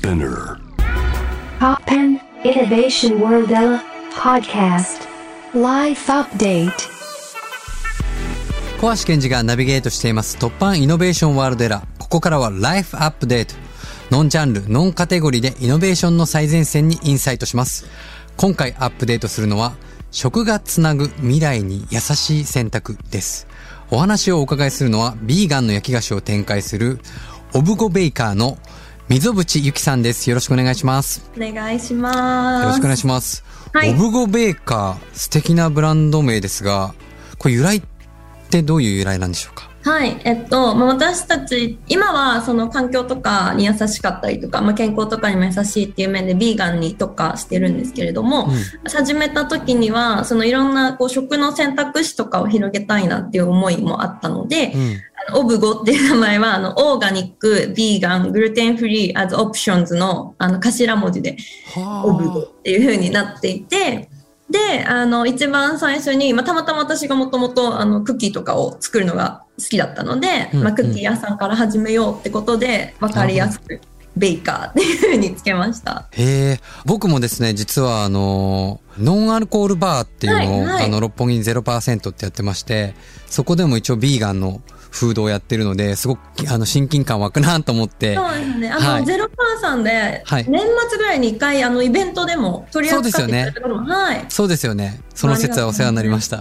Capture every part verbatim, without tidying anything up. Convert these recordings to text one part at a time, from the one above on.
Spinner Poppen Innovation World Ella Podcast Life Update 小橋健二がナビゲートしています突破イノベーションワールドエラー。ここからはライフアップデート。ノンジャンル、ノンカテゴリーでイノベーションの最前線にインサイトします。今回アップデートするのは食がつなぐ未来に優しい選択です。お話をお伺いするのはビーガンの焼き菓子を展開するオブゴベイカーの溝渕由紀さんです。よろしくお願いします。 お願いします。 よろしくお願いします。 はい、 オブゴベーカー、素敵なブランド名ですが、これ由来ってどういう由来なんでしょうか？ はい、えっと、まあ、私たち今はその環境とかに優しかったりとか、まあ、健康とかにも優しいっていう面でビーガンに特化してるんですけれども、うん、始めた時にはそのいろんなこう食の選択肢とかを広げたいなっていう思いもあったので、うん、あのオブゴっていう名前はあのオーガニック、ビーガン、グルテンフリー as options のあの頭文字でオブゴっていう風になっていて、で、あの、一番最初に、まあ、たまたま私がもともと、あの、クッキーとかを作るのが好きだったので、うんうん、まあ、クッキー屋さんから始めようってことで、わかりやすく、ベイカーっていう風につけました。 へー。僕もですね、実は、あの、ノンアルコールバーっていうのを、はいはい、あの、六本木に ゼロパーセント ってやってまして、そこでも一応ビーガンのフードをやってるので、すごくあの親近感湧くなと思って。 そうですね。あの、はい、ゼロパーさんで、はい、年末ぐらいに一回、あの、イベントでも取り扱っていただいたことも、はい。 そうですよね。その説はお世話になりました。 はい、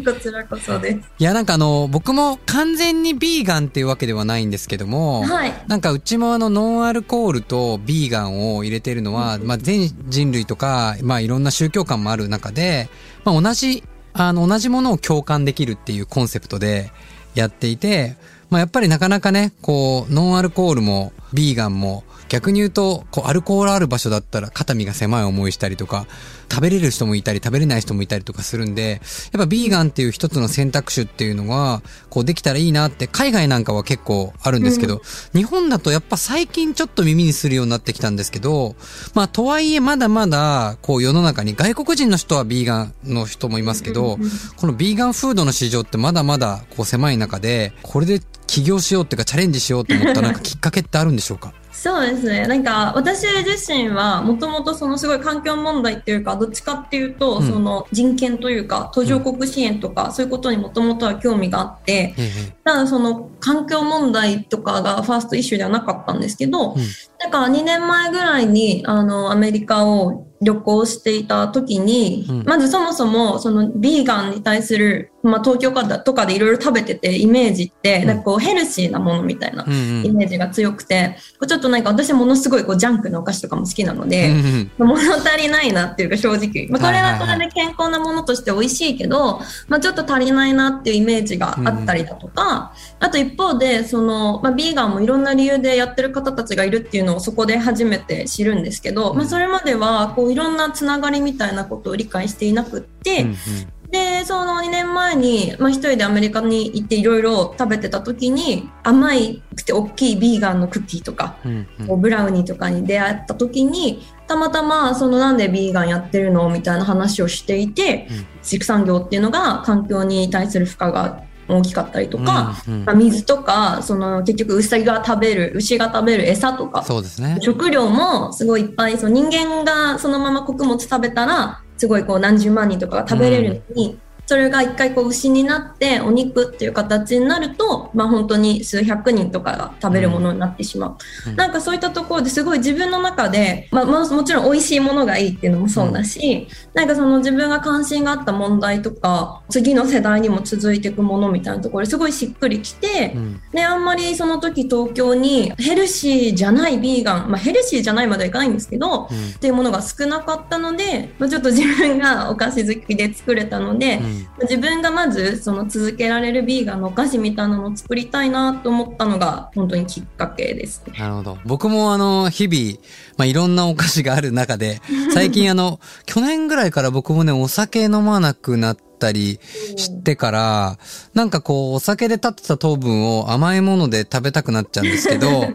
こちらこそです。 いや、なんかあの、僕も完全にビーガンっていうわけではないんですけども、はい。なんかうちもあの、ノンアルコールとビーガンを入れてるのは、うん、まあ、全人類とか、まあ、いろんな宗教観もある中で、まあ、同じ、あの、同じものを共感できるっていうコンセプトでやっていて、まあ、やっぱりなかなかね、こう、ノンアルコールもビーガンも逆に言うと、こう、アルコールある場所だったら肩身が狭い思いしたりとか、食べれる人もいたり食べれない人もいたりとかするんで、やっぱビーガンっていう一つの選択肢っていうのが、こうできたらいいなって、海外なんかは結構あるんですけど、うん、日本だとやっぱ最近ちょっと耳にするようになってきたんですけど、まあ、とはいえまだまだ、こう世の中に外国人の人はビーガンの人もいますけど、このビーガンフードの市場ってまだまだこう狭い中で、これで起業しようっていうかチャレンジしようと思ったなんかきっかけってあるんでしょうか？ そうですね。なんか私自身はもともとそのすごい環境問題っていうかどっちかっていうと、うん、その人権というか途上国支援とか、うん、そういうことにもともとは興味があって、うん、ただその環境問題とかがファーストイシューではなかったんですけど、うん、だからにねんまえぐらいにあのアメリカを旅行していた時に、うん、まずそもそもそのビーガンに対する、まあ、東京とかでいろいろ食べててイメージって、うん、なんかこうヘルシーなものみたいなイメージが強くて、うんうん、ちょっとなんか私ものすごいこうジャンクのお菓子とかも好きなので、うんうん、物足りないなっていうか正直、まあ、これはこれで健康なものとして美味しいけど、まあ、ちょっと足りないなっていうイメージがあったりだとか、うん、あと一方でその、まあ、ビーガンもいろんな理由でやってる方たちがいるっていうのをそこで初めて知るんですけど、まあ、それまではこういろんなつながりみたいなことを理解していなくって、うんうん、でそのにねんまえに、まあ、一人でアメリカに行っていろいろ食べてた時に甘いくて大きいビーガンのクッキーとか、うんうん、ブラウニーとかに出会った時にたまたまそのなんでビーガンやってるのみたいな話をしていて、うん、畜産業っていうのが環境に対する負荷が大きかったりとか、うんうんまあ、水とかその結局ウサギが食べる牛が食べる餌とか、 そうですね、 食料もすごいいっぱいその人間がそのまま穀物食べたらすごいこう何十万人とかが食べれるのに、うん、それが一回こう牛になってお肉っていう形になると、まあ、本当に数百人とかが食べるものになってしまう、うん、なんかそういったところですごい自分の中で、まあ、もちろん美味しいものがいいっていうのもそうだし、うん、なんかその自分が関心があった問題とか次の世代にも続いていくものみたいなところですごいしっくりきて、うん、であんまりその時東京にヘルシーじゃないビーガン、まあ、ヘルシーじゃないまではいかないんですけど、うん、っていうものが少なかったので、まあ、ちょっと自分がお菓子好きで作れたので、うん自分がまずその続けられるビーガンのお菓子みたいなのを作りたいなと思ったのが本当にきっかけですね。 なるほど。僕もあの日々、まあ、いろんなお菓子がある中で最近あの去年ぐらいから僕もねお酒飲まなくなったりしてから、なんかこうお酒で立ってた糖分を甘いもので食べたくなっちゃうんですけど、はい、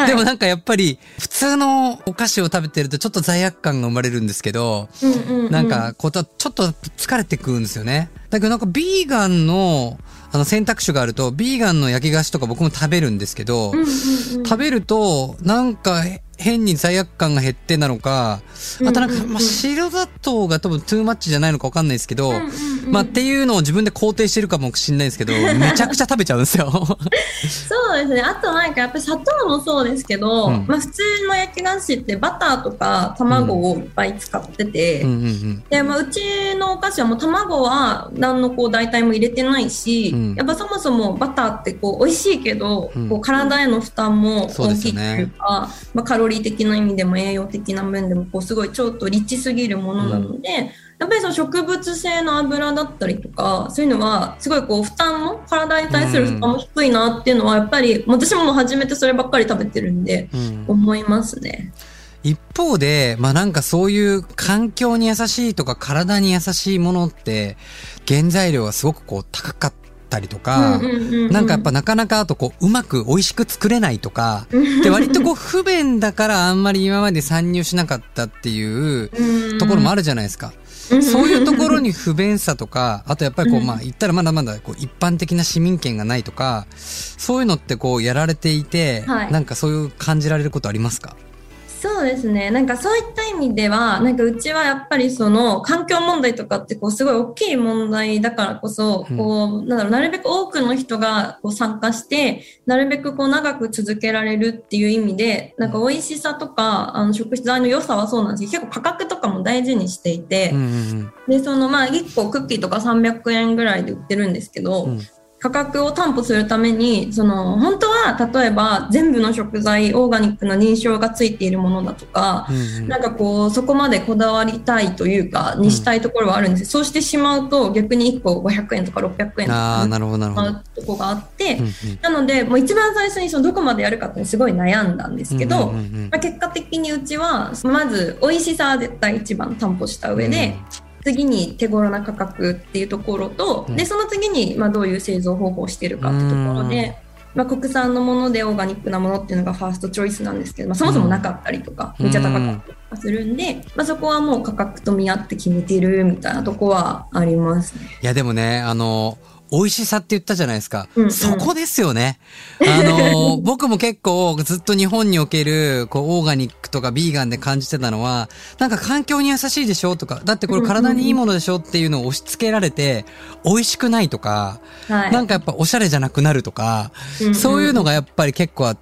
でもなんかやっぱり普通のお菓子を食べてるとちょっと罪悪感が生まれるんですけど、うんうんうん、なんかこうちょっと疲れてくるんですよね。だけどなんかビーガンのあの選択肢があるとビーガンの焼き菓子とか僕も食べるんですけど、うんうんうん、食べるとなんか変に罪悪感が減ってなのか、あとなんか、まあ、白砂糖が多分トゥーマッチじゃないのかわかんないですけど、まあ、っていうのを自分で肯定してるかもしれないですけど、めちゃくちゃ食べちゃうんですよ。 そうですね。あとなんかやっぱり砂糖もそうですけど、うん、まあ普通の焼き菓子ってバターとか卵をいっぱい使ってて、うんうんうんうん、で、まあうちのお菓子はもう卵は何のこう代替も入れてないし、うん、やっぱそもそもバターってこう美味しいけど、うん、こう体への負担も大きいというか、ね、まあカロリー的な意味でも栄養的な面でもこうすごいちょっとリッチすぎるものなので、うん、やっぱりその植物性の油だったりとかそういうのはすごいこう負担も体に対する負担も低いなっていうのはやっぱり私ももう初めてそればっかり食べてるんで思いますね。 一方で、まあなんかそういう環境に優しいとか体に優しいものって原材料がすごくこう高かったりとか、なんかやっぱなかなかあとこううまく美味しく作れないとか、で割とこう不便だからあんまり今まで参入しなかったっていうところもあるじゃないですか。そういうところに不便さとか、あとやっぱりこう、まあ言ったらまだまだこう一般的な市民権がないとか、そういうのってこうやられていて、はい、なんかそういう感じられることありますか？ そうですね。なんかそういった意味では、なんかうちはやっぱりその環境問題とかってこうすごい大きい問題だからこそ、こう、なんだろう、なるべく多くの人がこう参加して、なるべくこう長く続けられるっていう意味で、なんか美味しさとか、あの食材の良さはそうなんですけど、結構価格とかも大事にしていて、うんうん、で、そのまあいっこクッキーとかさんびゃくえんぐらいで売ってるんですけど、うん、価格を担保するために、その、本当は、例えば、全部の食材、オーガニックな認証がついているものだとか、うんうん、なんかこう、そこまでこだわりたいというか、にしたいところはあるんです、うん、そうしてしまうと、逆にいっこごひゃくえんとかろっぴゃくえんとか、なるほど、なるほど。とこがあって、うんうん、なので、もう一番最初にそのどこまでやるかってすごい悩んだんですけど、うんうんうんうんまあ、結果的にうちは、まず、美味しさは絶対一番担保した上で、うん次に手頃な価格っていうところと、うん、でその次にまあどういう製造方法をしているかってところで、まあ、国産のものでオーガニックなものっていうのがファーストチョイスなんですけど、まあ、そもそもなかったりとか、うん、めっちゃ高かったりとかするんで、まあ、そこはもう価格と見合って決めてるみたいなとこはありますね。 いやでもねあの美味しさって言ったじゃないですか。うんうん、そこですよね。あの、僕も結構ずっと日本における、こう、オーガニックとかビーガンで感じてたのは、なんか環境に優しいでしょとか、だってこれ体にいいものでしょっていうのを押し付けられて、美味しくないとか、はい、なんかやっぱおしゃれじゃなくなるとか、うんうん、そういうのがやっぱり結構あって、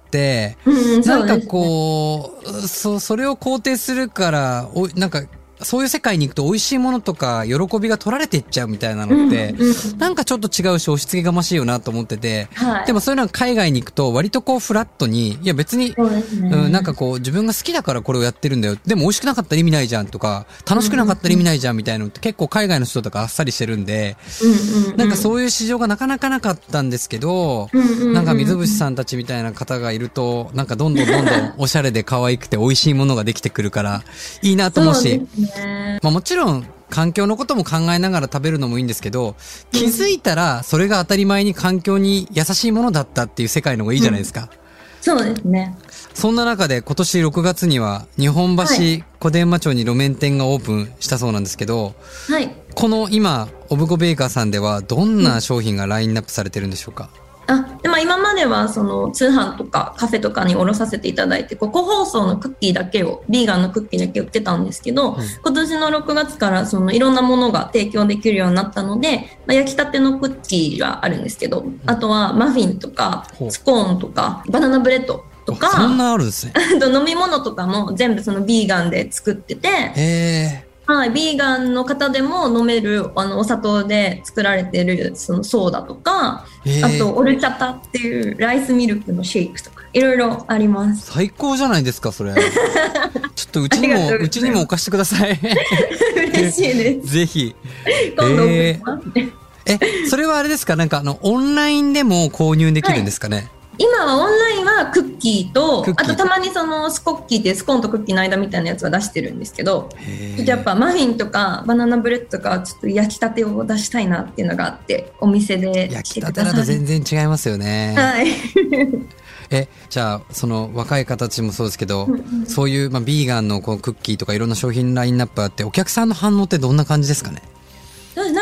うんうん、なんかこう、そ、それを肯定するから、お、なんか、そういう世界に行くと美味しいものとか喜びが取られていっちゃうみたいなのって、うんうん、なんかちょっと違うし押し付けがましいよなと思ってて、はい、でもそういうのは海外に行くと割とこうフラットに、いや別に、そうですね、うん、なんかこう自分が好きだからこれをやってるんだよ。でも美味しくなかったら意味ないじゃんとか、楽しくなかったら意味ないじゃんみたいなのって結構海外の人とかあっさりしてるんで、うんうんうん、なんかそういう市場がなかなかなかったんですけど、うんうんうん、なんか水伏さんたちみたいな方がいると、なんかどんどんどんどんおしゃれで可愛くて美味しいものができてくるからいいなと思うし、そうですね、まあもちろん環境のことも考えながら食べるのもいいんですけど、気づいたらそれが当たり前に環境に優しいものだったっていう世界の方がいいじゃないですか。うん、 そうですね。 そんな中で今年ろくがつには日本橋小伝馬町に路面店がオープンしたそうなんですけど、はい、この今オブコベーカーさんではどんな商品がラインナップされてるんでしょうか？ あでまあ、今まではその通販とかカフェとかに卸させていただいてこう個包装のクッキーだけをビーガンのクッキーだけ売ってたんですけど、うん、今年のろくがつからそのいろんなものが提供できるようになったので、まあ、焼きたてのクッキーはあるんですけど、あとはマフィンとかスコーンとかバナナブレッドとか、 そんなあるんですね。 飲み物とかも全部そのビーガンで作ってて、 へー、 はい、ビーガンの方でも飲めるあのお砂糖で作られてるそのソーダとか、あとオルチャタっていうライスミルクのシェイクとかいろいろあります。 最高じゃないですかそれ。ちょっとうちにもうちにもお貸してください。 嬉しいです。 ぜひ。 今度送りますね。 えー、えそれはあれですか、なんかあのオンラインでも購入できるんですかね？はい、 今はオンラインはクッキーと、あとたまにそのスコッキーっていうスコーンとクッキーの間みたいなやつは出してるんですけど、やっぱマフィンとかバナナブレッドとかちょっと焼きたてを出したいなっていうのがあって、お店で焼きたてだと全然違いますよね。 はい。 えじゃあその若い方たちもそうですけど、うんうん、そういう、まあ、ビーガンのこうクッキーとかいろんな商品ラインナップあって、お客さんの反応ってどんな感じですかね？ なん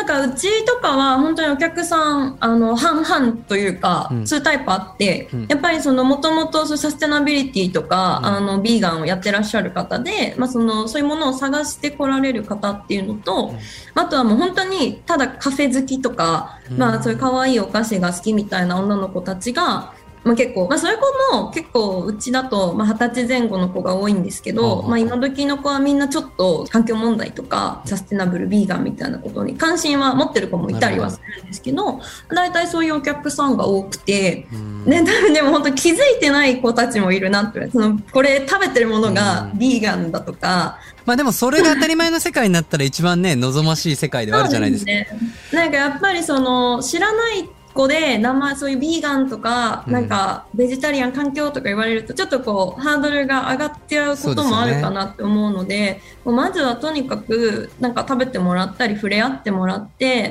かうちとかは本当にお客さんあの半々というか、うん、ツータイプあって、うん、やっぱりそのもともとサステナビリティとか、うん、あのビーガンをやってらっしゃる方で、まあ、そのそういうものを探して来られる方っていうのと、うん、あとはもう本当にただカフェ好きとか、うん、まあ、そういう可愛いお菓子が好きみたいな女の子たちがまあ、結構、まあ、そういう子も結構うちだとまあはたちぜん後の子が多いんですけど、まあ、今時の子はみんなちょっと環境問題とかサステナブルビーガンみたいなことに関心は持ってる子もいたりはするんですけど、大体そういうお客さんが多くて、ね、でも本当気づいてない子たちもいるなって、そのこれ食べてるものがビーガンだとか、 まあでもそれが当たり前の世界になったら一番ね望ましい世界ではあるじゃないですか。 そうですね。なんかやっぱりその知らない子で名前そういうビーガンとか、うん、なんかベジタリアン環境とか言われるとちょっとこうハードルが上がっちゃうこともあるかなって思うの で, で、ね、もうまずはとにかくなんか食べてもらったり触れ合ってもらって、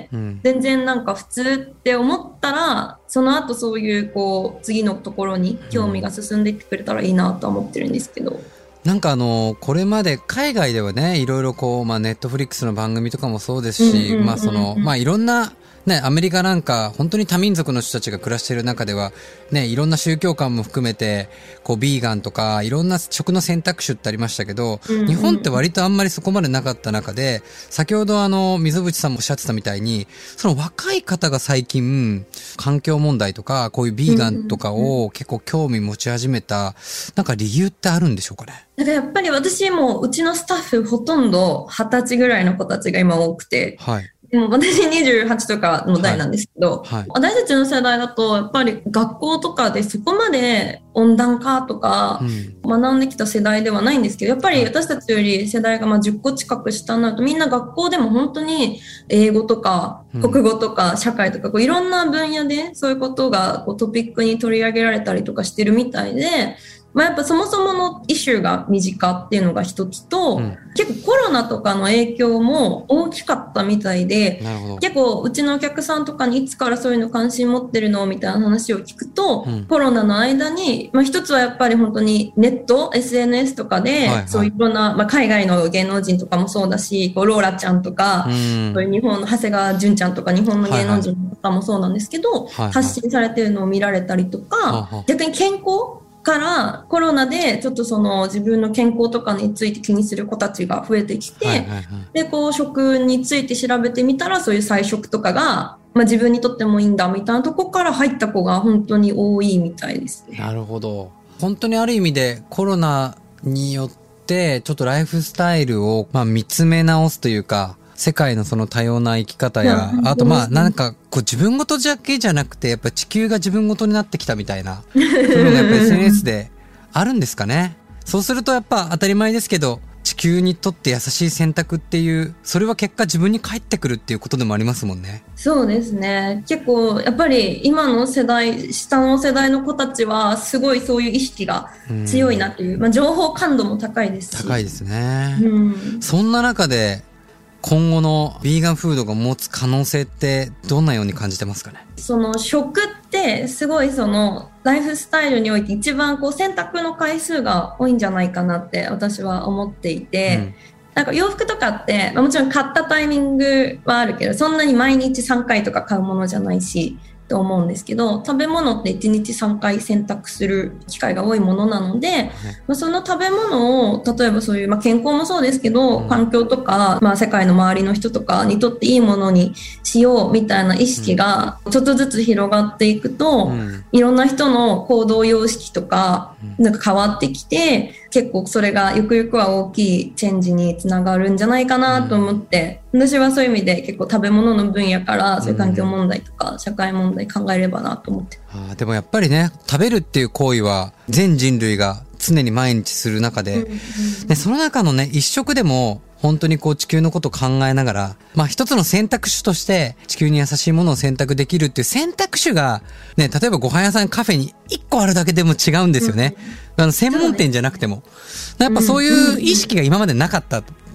うん、全然なんか普通って思ったらその後そういうこう次のところに興味が進んでいってくれたらいいなと思ってるんですけど、うん、 なんかあのこれまで海外ではねいろいろこうまあネットフリックスの番組とかもそうですし、まあそのまあいろんなね、アメリカなんか本当に多民族の人たちが暮らしている中ではね、いろんな宗教観も含めてこうビーガンとかいろんな食の選択肢ってありましたけど、うんうん、日本って割とあんまりそこまでなかった中で、先ほどあの溝渕さんもおっしゃってたみたいに、その若い方が最近環境問題とかこういうビーガンとかを結構興味持ち始めた、なんか理由ってあるんでしょうかね。 なんかやっぱり私もうちのスタッフほとんどはたちぐらいの子たちが今多くて、はい、でも私にじゅうはちとかの代なんですけど、はいはい、私たちの世代だとやっぱり学校とかでそこまで温暖化とか学んできた世代ではないんですけど、やっぱり私たちより世代がまあじゅっこ近く下になると、みんな学校でも本当に英語とか国語とか社会とかこういろんな分野でそういうことがこうトピックに取り上げられたりとかしてるみたいで、まあ、やっぱそもそものイシューが身近っていうのが一つと、うん、結構コロナとかの影響も大きかったみたいで、結構うちのお客さんとかにいつからそういうの関心持ってるのみたいな話を聞くと、うん、コロナの間に、まあ、一つはやっぱり本当にネット エスエヌエス とかで、はいはい、そういういろんな、まあ、海外の芸能人とかもそうだし、こうローラちゃんとか、うん、そういう日本の長谷川純ちゃんとか日本の芸能人とかもそうなんですけど、はいはい、発信されてるのを見られたりとか、はいはい、逆に健康からコロナでちょっとその自分の健康とかについて気にする子たちが増えてきて、はいはいはい、でこう食について調べてみたらそういう菜食とかが、まあ、自分にとってもいいんだみたいなとこから入った子が本当に多いみたいですね。 なるほど。本当にある意味でコロナによってちょっとライフスタイルをまあ見つめ直すというか、世界のその多様な生き方や、あとまあなんかこう自分ごとだけじゃなくてやっぱ地球が自分ごとになってきたみたいなそういうのがやっぱ エスエヌエス であるんですかね。そうするとやっぱ当たり前ですけど、地球にとって優しい選択っていう、それは結果自分に返ってくるっていうことでもありますもんね。 そうですね。結構やっぱり今の世代、下の世代の子たちはすごいそういう意識が強いなという、まあ、情報感度も高いですし。 高いですね、うん、そんな中で今後のビーガンフードが持つ可能性ってどんなように感じてますかね。 その食ってすごいそのライフスタイルにおいて一番こう選択の回数が多いんじゃないかなって私は思っていて、うん、なんか洋服とかって、まあ、もちろん買ったタイミングはあるけどそんなに毎日さんかいとか買うものじゃないしと思うんですけど、食べ物っていちにちさんかい選択する機会が多いものなので、はいまあ、その食べ物を例えばそういう、まあ、健康もそうですけど、うん、環境とか、まあ、世界の周りの人とかにとっていいものにしようみたいな意識がちょっとずつ広がっていくと、うん、いろんな人の行動様式とかなんか変わってきて、結構それがゆくゆくは大きいチェンジにつながるんじゃないかなと思って、うん、私はそういう意味で結構食べ物の分野からそういう環境問題とか社会問題考えればなと思って、 うん、あでもやっぱりね、食べるっていう行為は全人類が常に毎日する中で、うんうん、でその中のね一食でも本当にこう地球のことを考えながら、まあ一つの選択肢として地球に優しいものを選択できるっていう選択肢がね、例えばご飯屋さんカフェにいっこあるだけでも違うんですよね、うん、あの専門店じゃなくてもやっぱそういう意識が今までなかった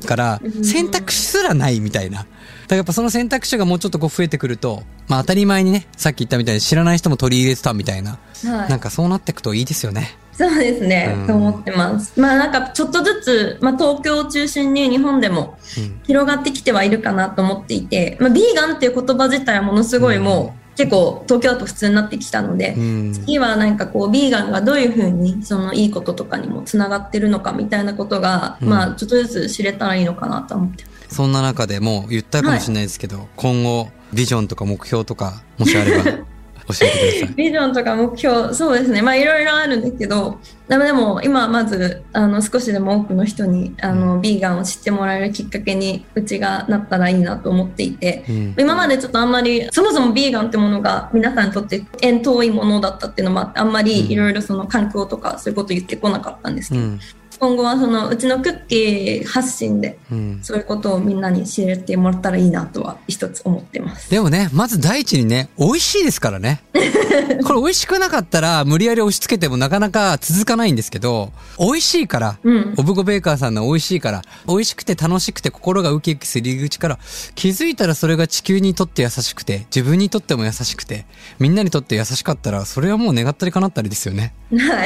から選択肢すらないみたいな。だからやっぱその選択肢がもうちょっとこう増えてくると、まあ当たり前にね、さっき言ったみたいに知らない人も取り入れてたみたいな、はい、なんかそうなっていくといいですよね。 そうですね、うん、と思ってます。まあなんかちょっとずつ、まあ、東京を中心に日本でも広がってきてはいるかなと思っていて、まあ、ビーガンっていう言葉自体はものすごいもう、うん結構東京だと普通になってきたので、うん、次はなんかこうビーガンがどういう風にそのいいこととかにもつながってるのかみたいなことが、うん、まあちょっとずつ知れたらいいのかなと思ってます。 そんな中でもう言ったかもしれないですけど、はい、今後ビジョンとか目標とかもしあれば教えてください。 ビジョンとか目標、そうですね、まあいろいろあるんですけど、でも今まずあの少しでも多くの人にあの、うん、ビーガンを知ってもらえるきっかけにうちがなったらいいなと思っていて、うん、今までちょっとあんまりそもそもビーガンってものが皆さんにとって遠遠いものだったっていうのもあって、あんまりいろいろその環境とかそういうこと言ってこなかったんですけど、うん今後はそのうちのクッキー発信でそういうことをみんなに知れてもらったらいいなとは一つ思ってます。 でもね、まず第一にね、美味しいですからね。これ美味しくなかったら無理やり押し付けてもなかなか続かないんですけど、美味しいから、うん、オブゴベーカーさんの美味しいから、美味しくて楽しくて心がウキウキする入り口から気づいたらそれが地球にとって優しくて、自分にとっても優しくて、みんなにとって優しかったら、それはもう願ったり叶ったりですよね。 はい。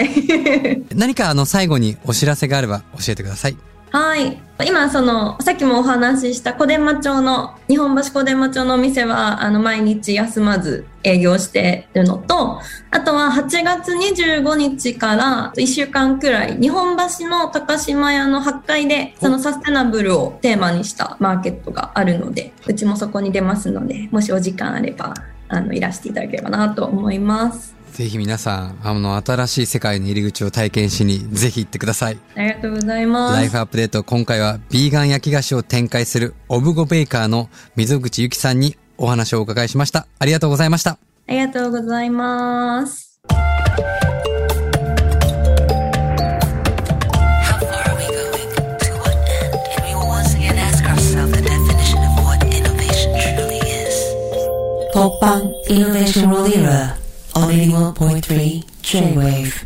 何かあの最後にお知らせがあれば教えてください。 はい。今そのさっきもお話しした小伝馬町の日本橋小伝馬町のお店はあの毎日休まず営業してるのと、あとははちがつにじゅうごにちからいっしゅうかんくらい日本橋の高島屋のはちかいでそのサステナブルをテーマにしたマーケットがあるので、うちもそこに出ますので、もしお時間あればあのいらしていただければなと思います。 ぜひ皆さん、あの、新しい世界の入り口を体験しに、ぜひ行ってください。 ありがとうございます。 ライフアップデート、今回は、ビーガン焼き菓子を展開する、オブゴベーカーの溝口ゆきさんにお話をお伺いしました。ありがとうございました。 ありがとうございます。 Poppan Innovation World Era on eighty-one point three J-Wave